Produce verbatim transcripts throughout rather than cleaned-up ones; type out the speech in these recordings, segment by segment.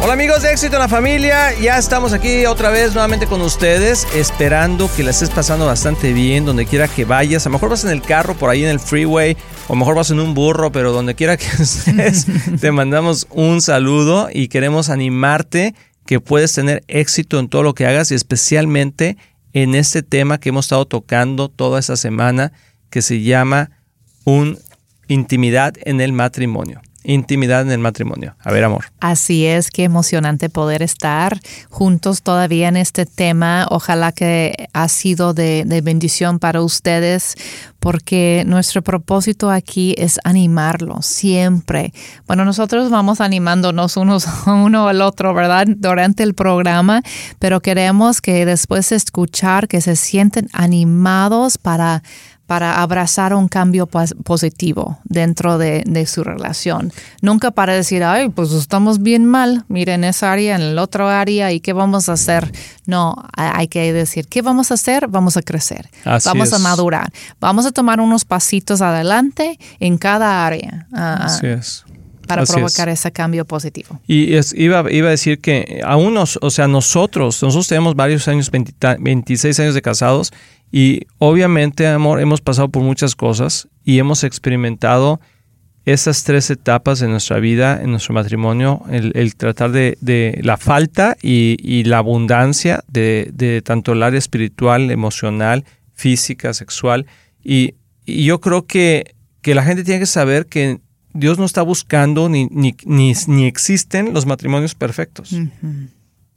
Hola amigos de Éxito en la Familia, ya estamos aquí otra vez nuevamente con ustedes, esperando que la estés pasando bastante bien donde quiera que vayas. A lo mejor vas en el carro por ahí en el freeway, o a lo mejor vas en un burro, pero donde quiera que estés, te mandamos un saludo y queremos animarte que puedes tener éxito en todo lo que hagas y especialmente en este tema que hemos estado tocando toda esta semana que se llama un intimidad en el matrimonio. Intimidad en el matrimonio. A ver, amor. Así es, qué emocionante poder estar juntos todavía en este tema. Ojalá que ha sido de, de bendición para ustedes, porque nuestro propósito aquí es animarlos siempre. Bueno, nosotros vamos animándonos unos uno al otro, ¿verdad? Durante el programa, pero queremos que después de escuchar que se sienten animados para para abrazar un cambio positivo dentro de, de su relación. Nunca para decir, ay, pues estamos bien mal, miren esa área, en el otro área, ¿y qué vamos a hacer? No, hay que decir, ¿qué vamos a hacer? Vamos a crecer, Así vamos es. a madurar, vamos a tomar unos pasitos adelante en cada área. Uh, Así es. Para Así provocar es. ese cambio positivo. Y es, iba, iba a decir que aún nos, o sea, nosotros, nosotros tenemos varios años, veinte, veintiséis años de casados y obviamente, amor, hemos pasado por muchas cosas y hemos experimentado esas tres etapas de nuestra vida, en nuestro matrimonio, el, el tratar de, de la falta y, y la abundancia de, de tanto el área espiritual, emocional, física, sexual. Y, y yo creo que, que la gente tiene que saber que Dios no está buscando ni, ni, ni, ni existen los matrimonios perfectos. Uh-huh.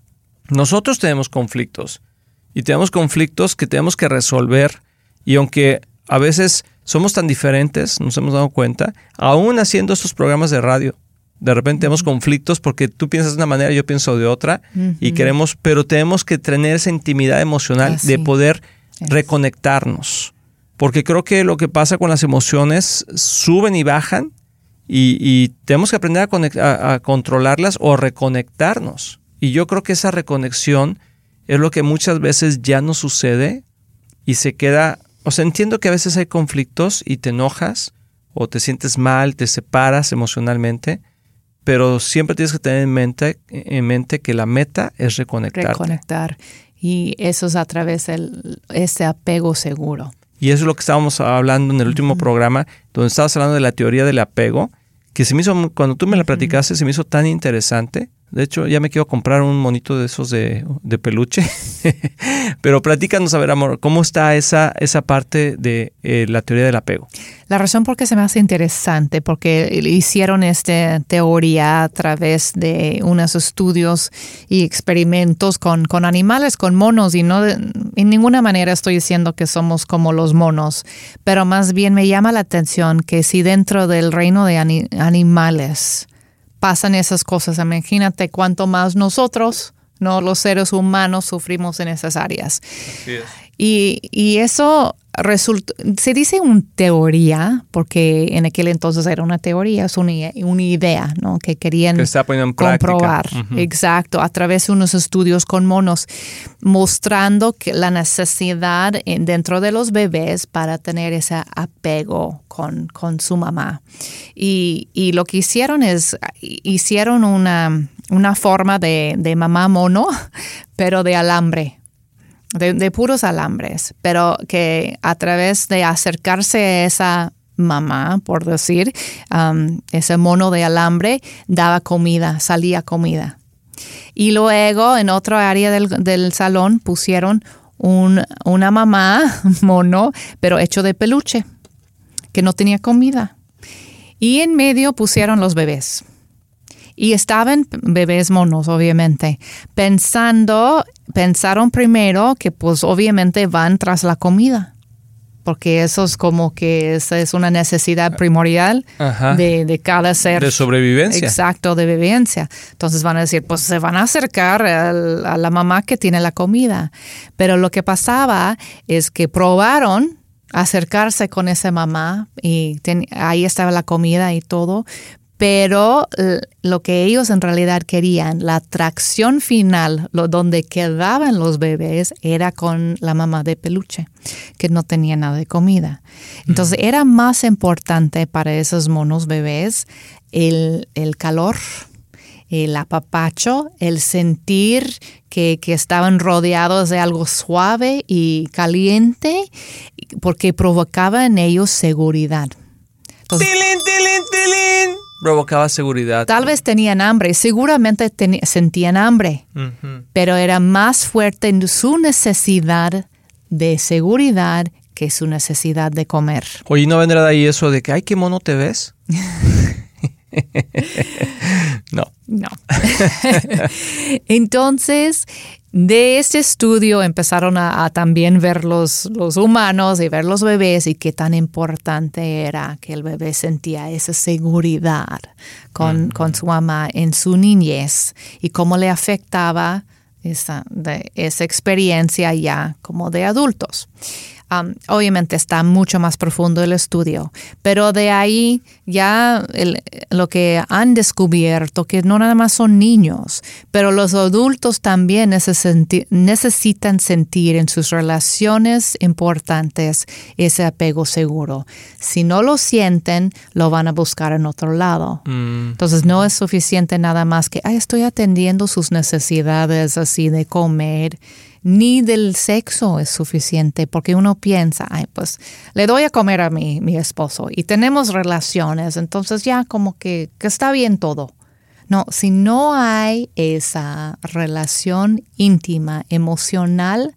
Nosotros tenemos conflictos y tenemos conflictos que tenemos que resolver y aunque a veces somos tan diferentes, nos hemos dado cuenta, aún haciendo estos programas de radio, de repente uh-huh. tenemos conflictos porque tú piensas de una manera, yo pienso de otra uh-huh. y queremos, pero tenemos que tener esa intimidad emocional Así. de poder yes. reconectarnos. Porque creo que lo que pasa con las emociones suben y bajan. Y, y tenemos que aprender a, conect- a, a controlarlas o reconectarnos. Y yo creo que esa reconexión es lo que muchas veces ya no sucede y se queda... O sea, entiendo que a veces hay conflictos y te enojas o te sientes mal, te separas emocionalmente, pero siempre tienes que tener en mente, en mente que la meta es reconectarte. Reconectar. Y eso es a través de ese apego seguro. Y eso es lo que estábamos hablando en el último uh-huh. programa, donde estabas hablando de la teoría del apego, que se me hizo, cuando tú me la platicaste, se me hizo tan interesante. De hecho, ya me quiero comprar un monito de esos de, de peluche. Pero platícanos, a ver, amor, ¿cómo está esa, esa parte de eh, la teoría del apego? La razón por qué se me hace interesante, porque hicieron esta teoría a través de unos estudios y experimentos con, con animales, con monos, y no de, en ninguna manera estoy diciendo que somos como los monos, pero más bien me llama la atención que si dentro del reino de ani- animales pasan esas cosas, imagínate cuánto más nosotros, no los seres humanos, sufrimos en esas áreas. Así es. Y, y eso resulta, se dice una teoría, porque en aquel entonces era una teoría, es una, una idea, ¿no? Que querían que está poniendo en comprobar. Uh-huh. Exacto, a través de unos estudios con monos, mostrando que la necesidad en, dentro de los bebés para tener ese apego con, con su mamá. Y, y lo que hicieron es, hicieron una, una forma de, de mamá mono, pero de alambre. De, de puros alambres, pero que a través de acercarse a esa mamá, por decir, um, ese mono de alambre, daba comida, salía comida. Y luego en otra área del, del salón pusieron un, una mamá mono, pero hecho de peluche, que no tenía comida. Y en medio pusieron los bebés. Y estaban bebés monos, obviamente, pensando, pensaron primero que pues obviamente van tras la comida, porque eso es como que esa es una necesidad primordial de, de cada ser. De sobrevivencia. Exacto, de vivencia. Entonces van a decir, pues se van a acercar a, a la mamá que tiene la comida. Pero lo que pasaba es que probaron acercarse con esa mamá y ten, ahí estaba la comida y todo. Pero lo que ellos en realidad querían, la atracción final, lo, donde quedaban los bebés, era con la mamá de peluche, que no tenía nada de comida. Entonces mm. era más importante para esos monos bebés el, el calor, el apapacho, el sentir que, que estaban rodeados de algo suave y caliente, porque provocaba en ellos seguridad. Entonces, ¡Tilín, tilín, tilín! Provocaba seguridad. Tal vez tenían hambre, seguramente ten- sentían hambre, uh-huh. pero era más fuerte en su necesidad de seguridad que su necesidad de comer. Oye, ¿no vendrá de ahí eso de que, ay, qué mono te ves? No. No. Entonces, de este estudio empezaron a, a también ver los, los humanos y ver los bebés y qué tan importante era que el bebé sentía esa seguridad con, uh-huh. con su mamá en su niñez y cómo le afectaba esa, de, esa experiencia ya como de adultos. Um, obviamente está mucho más profundo el estudio, pero de ahí ya el, lo que han descubierto que no nada más son niños, pero los adultos también necesiti- necesitan sentir en sus relaciones importantes ese apego seguro. Si no lo sienten, lo van a buscar en otro lado. Mm. Entonces no es suficiente nada más que, ay, estoy atendiendo sus necesidades así de comer. Ni del sexo es suficiente, porque uno piensa, ay, pues le doy a comer a mi, mi esposo y tenemos relaciones, entonces ya como que, que está bien todo. No, si no hay esa relación íntima, emocional,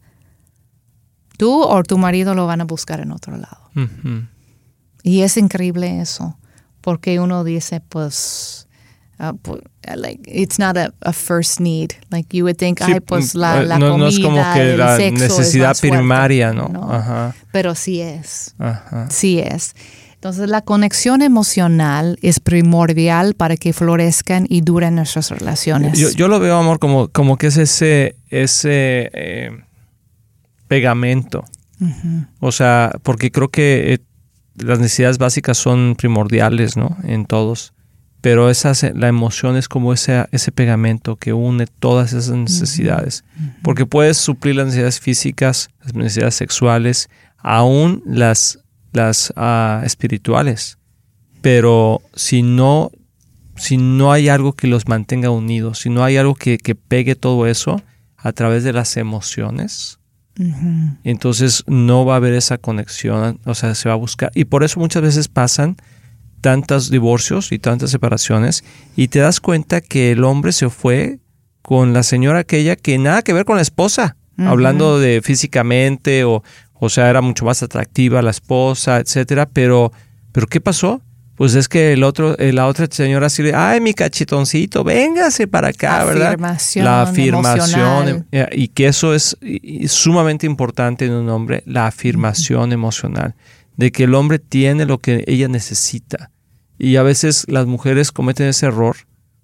tú o tu marido lo van a buscar en otro lado. Uh-huh. Y es increíble eso, porque uno dice, pues... Uh, like it's not a, a first need. Like you would think, sí, ay, pues la, la no, comida, no es como que el la sexo necesidad es más primaria, fuerte, ¿no? ¿no? Ajá. Pero sí es. Ajá. Sí es. Entonces la conexión emocional es primordial para que florezcan y duren nuestras relaciones. Yo, yo lo veo, amor, como, como que es ese, ese eh, pegamento. Uh-huh. O sea, porque creo que eh, las necesidades básicas son primordiales, ¿no? En todos. Pero esa, la emoción es como ese, ese pegamento que une todas esas necesidades. Uh-huh. Porque puedes suplir las necesidades físicas, las necesidades sexuales, aún las, las uh, espirituales. Pero si no, si no hay algo que los mantenga unidos, si no hay algo que, que pegue todo eso a través de las emociones, uh-huh. entonces no va a haber esa conexión, o sea, se va a buscar. Y por eso muchas veces pasan tantos divorcios y tantas separaciones, y te das cuenta que el hombre se fue con la señora aquella que nada que ver con la esposa, uh-huh. hablando de físicamente, o, o sea, era mucho más atractiva la esposa, etcétera, pero, pero ¿qué pasó? Pues es que el otro, la otra señora así de, ay, mi cachetoncito, véngase para acá, ¿verdad? Afirmación La afirmación, emocional. Y que eso es sumamente importante en un hombre, la afirmación uh-huh. emocional, de que el hombre tiene lo que ella necesita. Y a veces las mujeres cometen ese error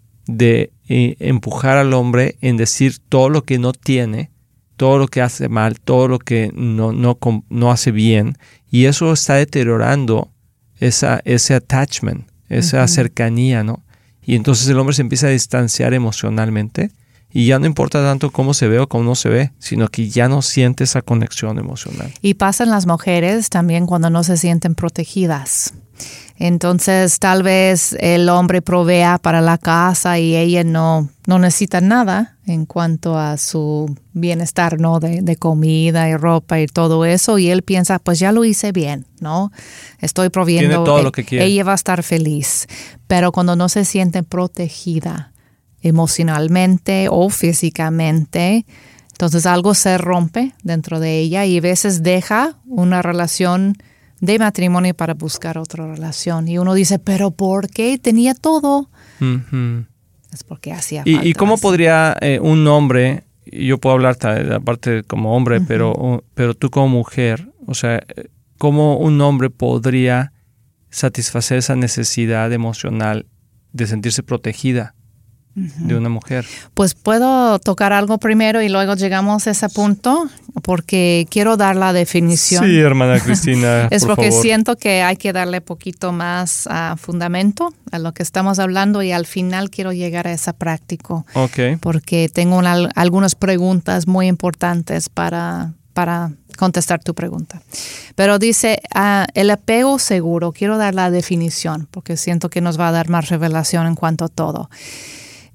de eh, empujar al hombre en decir todo lo que no tiene, todo lo que hace mal, todo lo que no, no, no hace bien. Y eso está deteriorando esa, ese attachment, esa uh-huh. cercanía, ¿no? Y entonces el hombre se empieza a distanciar emocionalmente y ya no importa tanto cómo se ve o cómo no se ve, sino que ya no siente esa conexión emocional. Y pasan las mujeres también cuando no se sienten protegidas. Entonces, tal vez el hombre provea para la casa y ella no, no necesita nada en cuanto a su bienestar, ¿no? De, de comida y ropa y todo eso. Y él piensa, pues ya lo hice bien, ¿no? Estoy proviendo. Tiene todo lo que quiere. Ella va a estar feliz. Pero cuando no se siente protegida emocionalmente o físicamente, entonces algo se rompe dentro de ella y a veces deja una relación de matrimonio para buscar otra relación. Y uno dice, ¿pero por qué? Tenía todo. Uh-huh. Es porque hacía ¿Y, falta. ¿Y cómo eso. podría eh, un hombre, yo puedo hablar aparte como hombre, uh-huh. pero, pero tú como mujer, o sea, cómo un hombre podría satisfacer esa necesidad emocional de sentirse protegida de una mujer? Pues puedo tocar algo primero y luego llegamos a ese punto porque quiero dar la definición. Sí, hermana Cristina, es por porque favor. Siento que hay que darle poquito más uh, fundamento a lo que estamos hablando y al final quiero llegar a ese práctico. Okay. Porque tengo una, algunas preguntas muy importantes para, para contestar tu pregunta. Pero dice, uh, el apego seguro, quiero dar la definición porque siento que nos va a dar más revelación en cuanto a todo.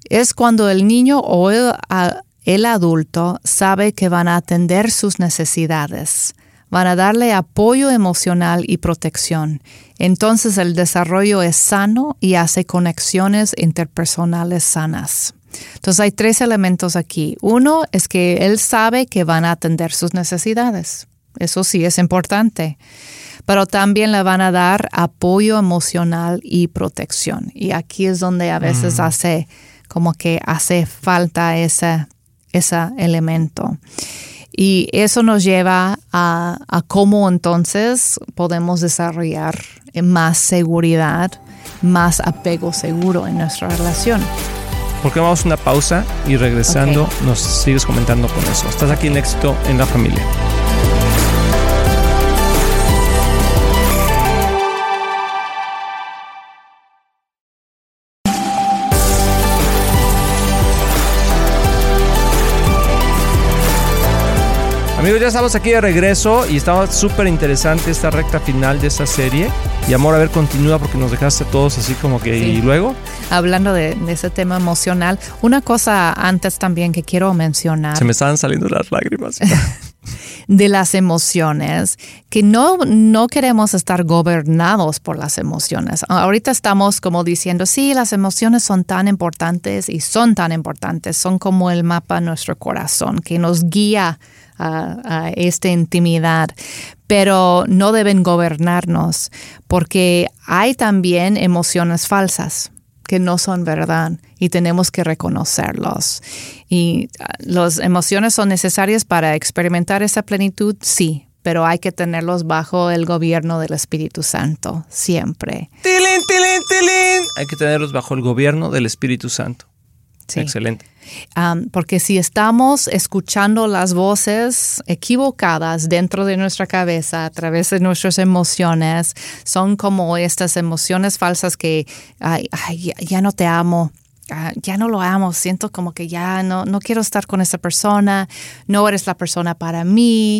Es cuando el niño o el, el adulto sabe que van a atender sus necesidades, van a darle apoyo emocional y protección. Entonces el desarrollo es sano y hace conexiones interpersonales sanas. Entonces hay tres elementos aquí. Uno es que él sabe que van a atender sus necesidades. Eso sí es importante. Pero también le van a dar apoyo emocional y protección. Y aquí es donde a veces mm. hace como que hace falta ese, ese elemento. Y eso nos lleva a, a cómo entonces podemos desarrollar más seguridad, más apego seguro en nuestra relación. Porque vamos a una pausa y regresando okay. nos sigues comentando con eso. Estás aquí en Éxito en la Familia. Amigos, ya estamos aquí de regreso y estaba súper interesante esta recta final de esta serie. Y amor, a ver, continúa porque nos dejaste todos así como que... Sí. ¿Y luego? Hablando de, de ese tema emocional, una cosa antes también que quiero mencionar. Se me estaban saliendo las lágrimas. De las emociones, que no, no queremos estar gobernados por las emociones. Ahorita estamos como diciendo, sí, las emociones son tan importantes y son tan importantes, son como el mapa de nuestro corazón que nos guía a, a esta intimidad, pero no deben gobernarnos porque hay también emociones falsas que no son verdad y tenemos que reconocerlos. Y las emociones son necesarias para experimentar esa plenitud, sí, pero hay que tenerlos bajo el gobierno del Espíritu Santo, siempre. ¡Tilín, tilín, tilín! Hay que tenerlos bajo el gobierno del Espíritu Santo. Sí. Excelente. Um, porque si estamos escuchando las voces equivocadas dentro de nuestra cabeza a través de nuestras emociones, son como estas emociones falsas que ay, ay, ya no te amo. Uh, ya no lo amo, siento como que ya no, no quiero estar con esa persona, no eres la persona para mí,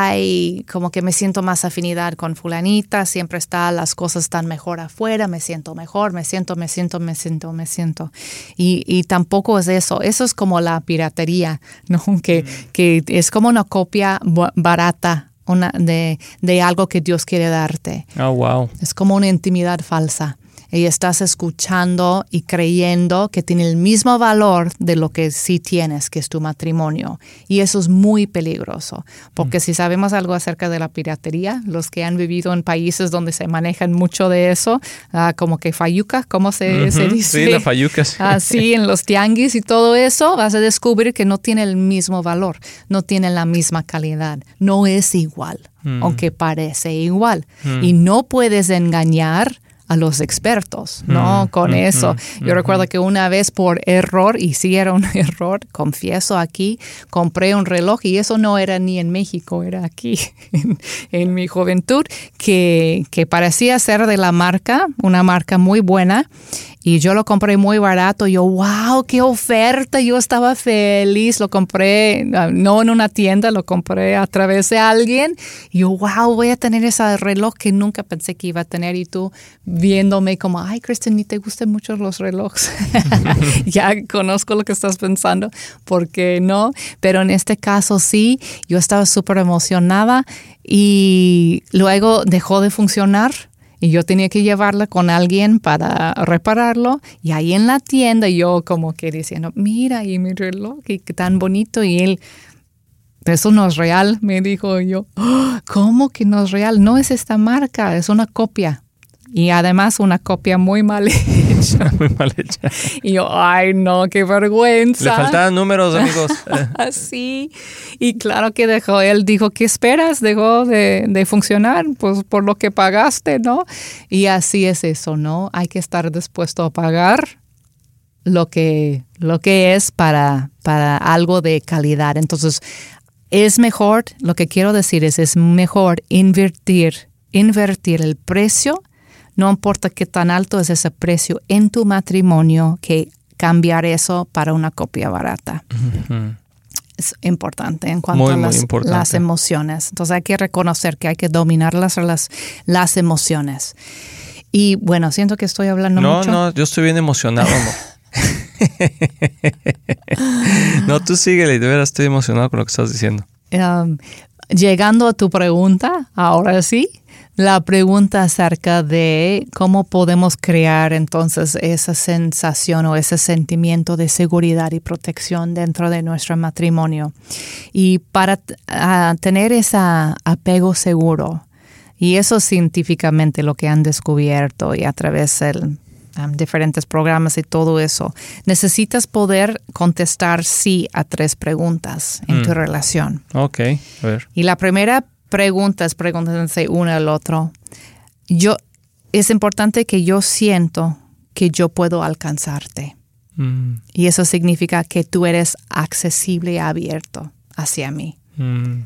ay, como que me siento más afinidad con fulanita, siempre está, las cosas están mejor afuera, me siento mejor, me siento, me siento, me siento, me siento. Y, y tampoco es eso, eso es como la piratería, ¿no? Que, mm. que es como una copia barata una, de, de algo que Dios quiere darte. Oh, wow. Es como una intimidad falsa. Y estás escuchando y creyendo que tiene el mismo valor de lo que sí tienes, que es tu matrimonio. Y eso es muy peligroso, porque mm. si sabemos algo acerca de la piratería, los que han vivido en países donde se manejan mucho de eso, uh, como que fayuca, ¿cómo se, uh-huh. se dice? Sí, la fayuca. Sí. Así, en los tianguis y todo eso, vas a descubrir que no tiene el mismo valor, no tiene la misma calidad, no es igual, mm. aunque parece igual. Mm. Y no puedes engañar a los expertos, ¿no? Mm, Con mm, eso. Mm, Yo mm, recuerdo que una vez por error, y sí era un error, confieso aquí, compré un reloj y eso no era ni en México, era aquí, en, en mi juventud, que, que parecía ser de la marca, una marca muy buena, y yo lo compré muy barato. Yo, wow, qué oferta. Yo estaba feliz. Lo compré, no en una tienda, lo compré a través de alguien. Y yo, wow, voy a tener ese reloj que nunca pensé que iba a tener. Y tú viéndome como, ay, Kristen, ni te gustan mucho los relojes. Ya conozco lo que estás pensando. ¿Por qué no? Pero en este caso sí, yo estaba súper emocionada y luego dejó de funcionar. Y yo tenía que llevarla con alguien para repararlo. Y ahí en la tienda yo como que diciendo, mira, y mi reloj, y qué tan bonito. Y él, eso no es real, me dijo yo. Oh, ¿cómo que no es real? No es esta marca, es una copia. Y además una copia muy mal hecha. Muy mal hecha. Y yo, ay no, qué vergüenza. Le faltaban números, amigos. Sí. Y claro que dejó, él dijo, ¿qué esperas? Dejó de, de funcionar, pues por lo que pagaste, ¿no? Y así es eso, ¿no? Hay que estar dispuesto a pagar lo que, lo que es para, para algo de calidad. Entonces, es mejor, lo que quiero decir es, es mejor invertir, invertir el precio. No importa qué tan alto es ese precio en tu matrimonio, que cambiar eso para una copia barata. Uh-huh. Es importante en cuanto muy, a las, las emociones. Entonces hay que reconocer que hay que dominar las, las, las emociones. Y bueno, siento que estoy hablando no, mucho. No, no, yo estoy bien emocionado, amor. No, tú síguele, de veras estoy emocionado con lo que estás diciendo. Um, llegando a tu pregunta, ahora sí, la pregunta acerca de cómo podemos crear entonces esa sensación o ese sentimiento de seguridad y protección dentro de nuestro matrimonio. Y para uh, tener ese apego seguro, y eso es científicamente lo que han descubierto y a través de um, diferentes programas y todo eso, necesitas poder contestar sí a tres preguntas en mm. tu relación. Ok, a ver. Y la primera pregunta es pregúntense uno al otro. Yo, es importante que yo siento que yo puedo alcanzarte. Mm. Y eso significa que tú eres accesible y abierto hacia mí. Mm.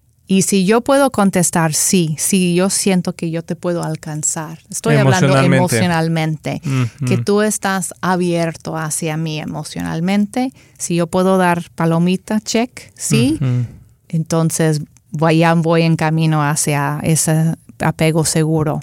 Y si yo puedo contestar sí, si yo siento que yo te puedo alcanzar, estoy hablando emocionalmente, mm-hmm. que tú estás abierto hacia mí emocionalmente, si yo puedo dar palomita, check, sí, mm-hmm. entonces voy, ya voy en camino hacia ese apego seguro.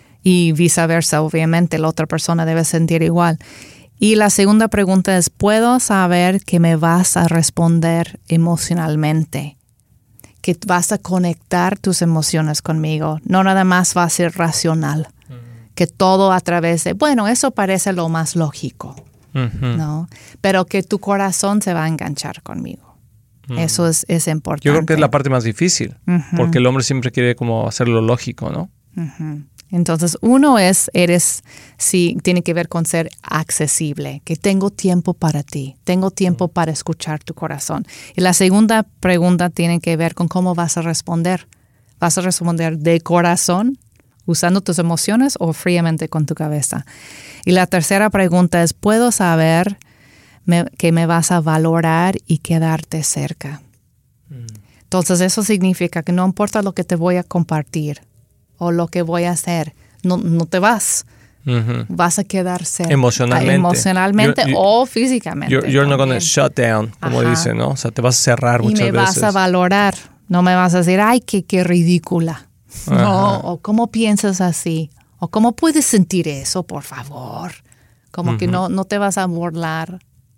Y viceversa, obviamente, la otra persona debe sentir igual. Y la segunda pregunta es, ¿puedo saber que me vas a responder emocionalmente? Que vas a conectar tus emociones conmigo. No nada más va a ser racional. Uh-huh. Que todo a través de, bueno, eso parece lo más lógico, uh-huh. ¿no? Pero que tu corazón se va a enganchar conmigo. Uh-huh. Eso es, es importante. Yo creo que es la parte más difícil, uh-huh. porque el hombre siempre quiere como hacerlo lógico, ¿no? Uh-huh. Entonces, uno es, eres, sí, tiene que ver con ser accesible, que tengo tiempo para ti, tengo tiempo para escuchar tu corazón. Y la segunda pregunta tiene que ver con cómo vas a responder. ¿Vas a responder de corazón, usando tus emociones o fríamente con tu cabeza? Y la tercera pregunta es, ¿puedo saber me, que me vas a valorar y quedarte cerca? Mm. Entonces, eso significa que no importa lo que te voy a compartir, o lo que voy a hacer, no, no te vas. Uh-huh. Vas a quedar cerca. Emocionalmente. Emocionalmente you're, o físicamente. You're, you're not going to shut down, como dicen, ¿no? O sea, te vas a cerrar muchas veces. Y me veces. vas a valorar. No me vas a decir, ay, qué, qué ridícula. Uh-huh. No, o cómo piensas así. O cómo puedes sentir eso, por favor. Como uh-huh. que no, no te vas a burlar.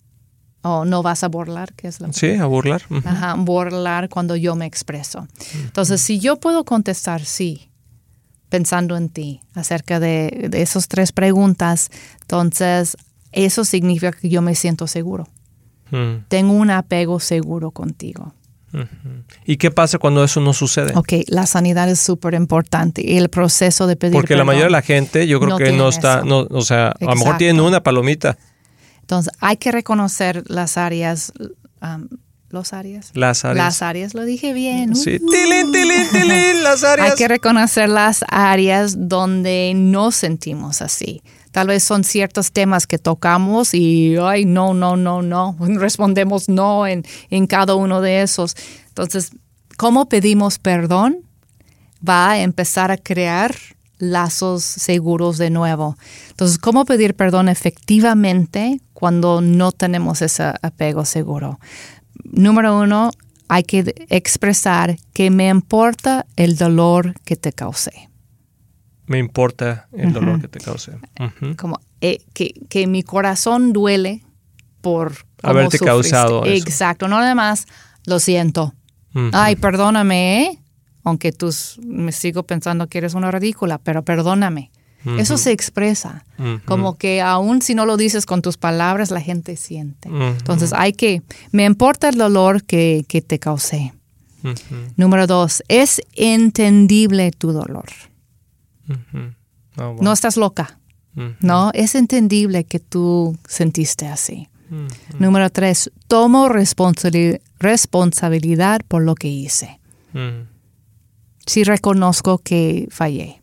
O no vas a burlar, ¿qué es la Sí, a burlar. Uh-huh. Ajá, burlar cuando yo me expreso. Uh-huh. Entonces, si yo puedo contestar sí, pensando en ti, acerca de, de esas tres preguntas, entonces eso significa que yo me siento seguro. Mm. Tengo un apego seguro contigo. Mm-hmm. ¿Y qué pasa cuando eso no sucede? Ok, la sanidad es súper importante y el proceso de pedir Porque perdón, la mayoría de la gente, yo creo no que no está, no, o sea, Exacto. a lo mejor tienen una palomita. Entonces, hay que reconocer las áreas... Um, ¿Los áreas? Las áreas. Las áreas, lo dije bien. Sí, tilín, tilín, tilín, las áreas. Hay que reconocer las áreas donde no sentimos así. Tal vez son ciertos temas que tocamos y, ay, no, no, no, no. Respondemos no en, en cada uno de esos. Entonces, ¿cómo pedimos perdón? Va a empezar a crear lazos seguros de nuevo. Entonces, ¿cómo pedir perdón efectivamente cuando no tenemos ese apego seguro? Número uno, hay que expresar que me importa el dolor que te causé. Me importa el uh-huh. dolor que te causé. Uh-huh. Como eh, que, que mi corazón duele por haberte sufriste. causado eso. Exacto, no nada más lo siento. Uh-huh. Ay, perdóname, ¿eh? Aunque tú me sigo pensando que eres una ridícula, pero perdóname. Uh-huh. Eso se expresa. Uh-huh. Como que aún si no lo dices con tus palabras, la gente siente. Uh-huh. Entonces hay que, me importa el dolor que, que te causé. Uh-huh. Número dos, es entendible tu dolor. Uh-huh. Oh, wow. No estás loca. Uh-huh. No, es entendible que tú sentiste así. Uh-huh. Número tres, tomo responsabili- responsabilidad por lo que hice. Uh-huh. Sí reconozco que fallé.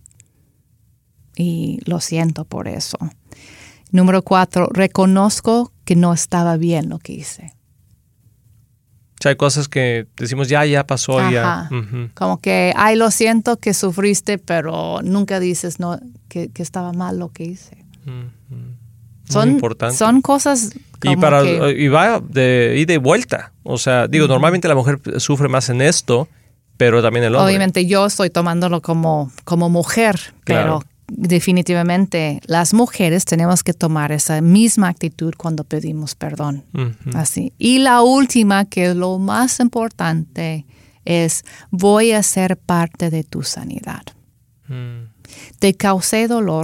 Y lo siento por eso. Número cuatro, reconozco que no estaba bien lo que hice. O sea, hay cosas que decimos, ya, ya pasó, Ajá. ya. Uh-huh. Como que, ay, lo siento que sufriste, pero nunca dices no que, que estaba mal lo que hice. Uh-huh. Son, Muy importante. Son cosas como y para que... Y va de ida y vuelta. O sea, digo, uh-huh. normalmente la mujer sufre más en esto, pero también el hombre. Obviamente yo estoy tomándolo como, como mujer, claro. pero definitivamente las mujeres tenemos que tomar esa misma actitud cuando pedimos perdón. Uh-huh. Así. Y la última, que es lo más importante, es voy a ser parte de tu sanidad. Mm. Te causé dolor,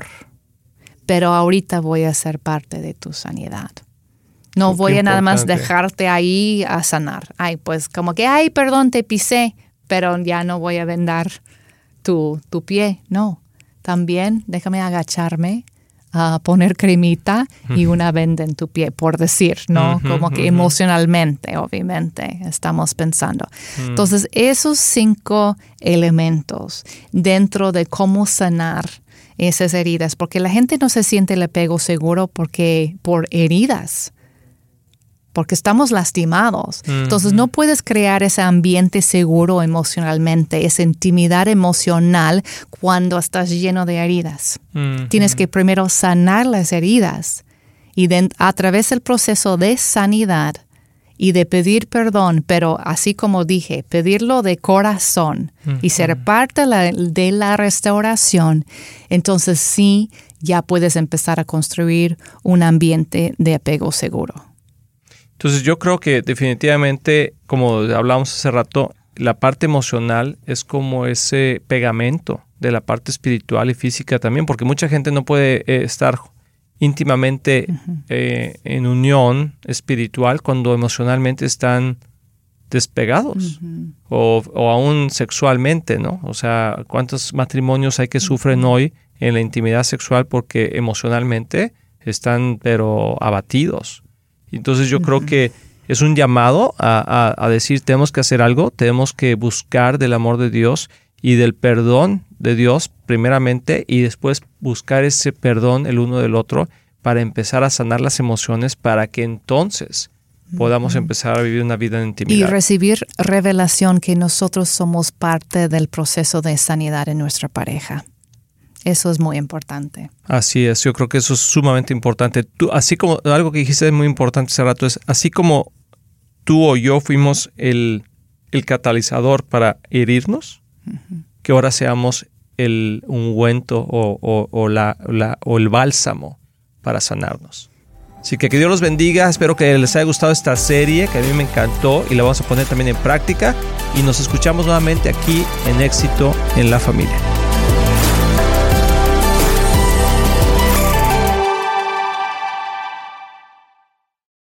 pero ahorita voy a ser parte de tu sanidad. No Qué voy a importante. nada más dejarte ahí a sanar. Ay, pues como que, ay, perdón, te pisé, pero ya no voy a vendar tu, tu pie. No, también déjame agacharme, a poner cremita y una venda en tu pie, por decir, ¿no? Uh-huh, como que uh-huh. emocionalmente, obviamente, estamos pensando. Uh-huh. Entonces, esos cinco elementos dentro de cómo sanar esas heridas, porque la gente no se siente el apego seguro porque por heridas, porque estamos lastimados. Uh-huh. Entonces, no puedes crear ese ambiente seguro emocionalmente, esa intimidad emocional cuando estás lleno de heridas. Uh-huh. Tienes que primero sanar las heridas y de, a través del proceso de sanidad y de pedir perdón, pero así como dije, pedirlo de corazón uh-huh. y ser parte de la, de la restauración, entonces sí, ya puedes empezar a construir un ambiente de apego seguro. Entonces yo creo que definitivamente, como hablamos hace rato, la parte emocional es como ese pegamento de la parte espiritual y física también, porque mucha gente no puede eh, estar íntimamente uh-huh. eh, en unión espiritual cuando emocionalmente están despegados uh-huh. o, o aún sexualmente, ¿no? O sea, ¿cuántos matrimonios hay que sufren uh-huh. hoy en la intimidad sexual porque emocionalmente están pero abatidos? Entonces yo uh-huh. creo que es un llamado a, a, a decir, tenemos que hacer algo, tenemos que buscar del amor de Dios y del perdón de Dios primeramente y después buscar ese perdón el uno del otro para empezar a sanar las emociones para que entonces podamos uh-huh. empezar a vivir una vida en intimidad. Y recibir revelación que nosotros somos parte del proceso de sanidad en nuestra pareja. Eso es muy importante. Así es, yo creo que eso es sumamente importante. Tú, así como algo que dijiste es muy importante hace rato, es así como tú o yo fuimos el, el catalizador para herirnos, uh-huh. que ahora seamos el ungüento o, o, o, la, la, o el bálsamo para sanarnos. Así que que Dios los bendiga, espero que les haya gustado esta serie, que a mí me encantó y la vamos a poner también en práctica y nos escuchamos nuevamente aquí en Éxito en la Familia.